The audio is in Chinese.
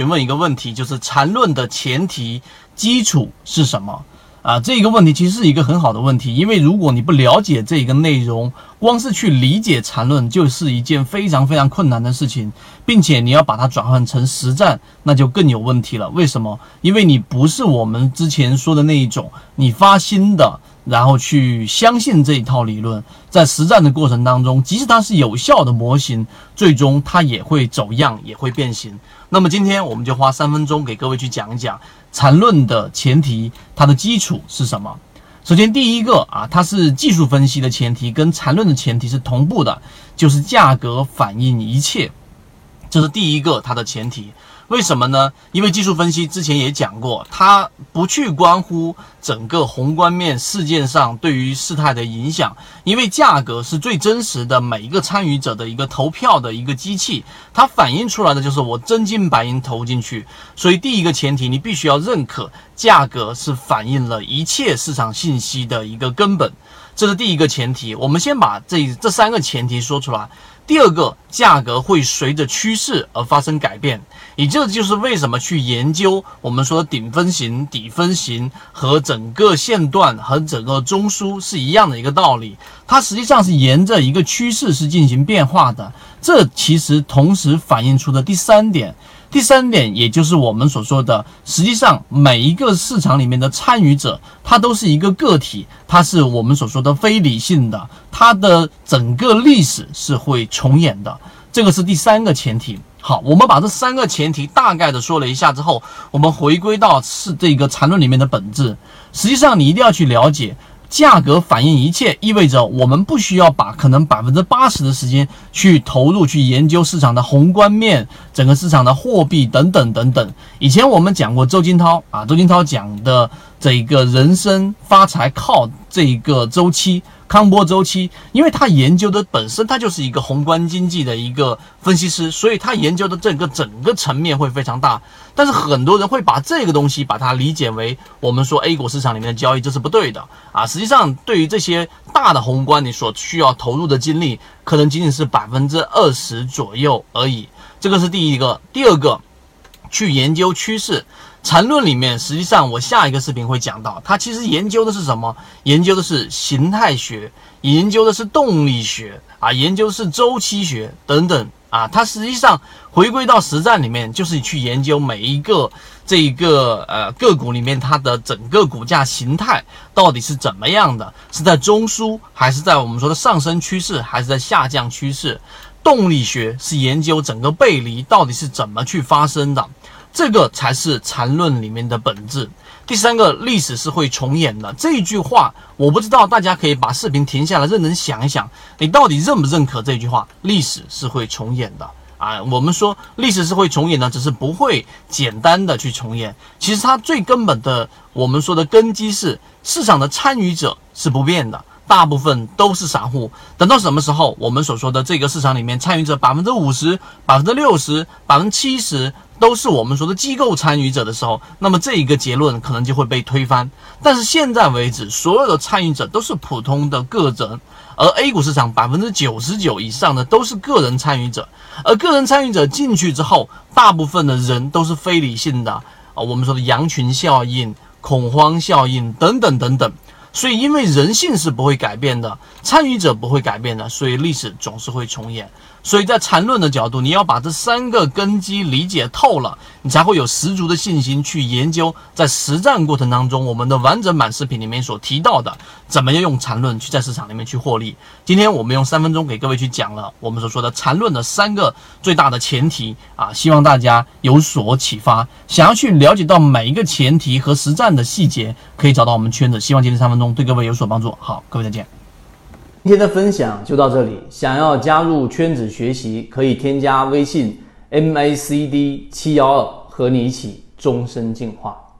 问一个问题，就是缠论的前提基础是什么？这个问题其实是一个很好的问题，因为如果你不了解这个内容，光是去理解缠论就是一件非常非常困难的事情，并且你要把它转换成实战，那就更有问题了。为什么？因为你不是我们之前说的那一种，你发心的然后去相信这一套理论，在实战的过程当中，即使它是有效的模型，最终它也会走样，也会变形。那么今天我们就花3分钟给各位去讲一讲缠论的前提，它的基础是什么。首先第一个它是技术分析的前提，跟缠论的前提是同步的，就是价格反映一切，这是第一个它的前提。为什么呢？因为技术分析之前也讲过，它不去关乎整个宏观面事件上对于事态的影响，因为价格是最真实的每一个参与者的一个投票的一个机器，它反映出来的就是我真金白银投进去。所以第一个前提，你必须要认可价格是反映了一切市场信息的一个根本，这是第一个前提。我们先把这3个前提说出来。第二个，价格会随着趋势而发生改变，也就是为什么去研究我们说顶分型、底分型和整个线段和整个中枢是一样的一个道理，它实际上是沿着一个趋势是进行变化的。这其实同时反映出的第三点，也就是我们所说的，实际上每一个市场里面的参与者，它都是一个个体，它是我们所说的非理性的，它的整个历史是会重演的，这个是第3个前提。好，我们把这3个前提大概的说了一下之后，我们回归到是这个缠论里面的本质。实际上你一定要去了解，价格反映一切，意味着我们不需要把可能80%的时间去投入去研究市场的宏观面，整个市场的货币等等等等。以前我们讲过周金涛讲的这个人生发财靠这个周期，康波周期，因为他研究的本身他就是一个宏观经济的一个分析师，所以他研究的整个层面会非常大。但是很多人会把这个东西把它理解为我们说 A 股市场里面的交易，这是不对的实际上对于这些大的宏观，你所需要投入的精力可能仅仅是20%左右而已，这个是第一个。第二个，去研究趋势。缠论里面实际上我下一个视频会讲到，它其实研究的是什么？研究的是形态学，研究的是动力学研究的是周期学等等它实际上回归到实战里面，就是去研究每一个个股里面它的整个股价形态到底是怎么样的，是在中枢还是在我们说的上升趋势，还是在下降趋势。动力学是研究整个背离到底是怎么去发生的，这个才是缠论里面的本质。第3个，历史是会重演的。这一句话我不知道大家可以把视频停下来认真想一想，你到底认不认可这句话？历史是会重演的我们说历史是会重演的，只是不会简单的去重演。其实它最根本的我们说的根基是市场的参与者是不变的，大部分都是散户。等到什么时候我们所说的这个市场里面参与者50%、60%、70%都是我们说的机构参与者的时候，那么这一个结论可能就会被推翻。但是现在为止，所有的参与者都是普通的个人，而 A 股市场99%以上的都是个人参与者，而个人参与者进去之后，大部分的人都是非理性的我们说的羊群效应、恐慌效应等等等等。所以因为人性是不会改变的，参与者不会改变的，所以历史总是会重演。所以在缠论的角度，你要把这3个根基理解透了，你才会有十足的信心去研究在实战过程当中我们的完整版视频里面所提到的怎么样用缠论去在市场里面去获利。今天我们用3分钟给各位去讲了我们所说的缠论的3个最大的前提希望大家有所启发。想要去了解到每一个前提和实战的细节，可以找到我们圈子。希望今天3分钟对各位有所帮助。好，各位再见。 今天的分享就到这里，想要加入圈子学习，可以添加微信 MACD712，和你一起终身进化。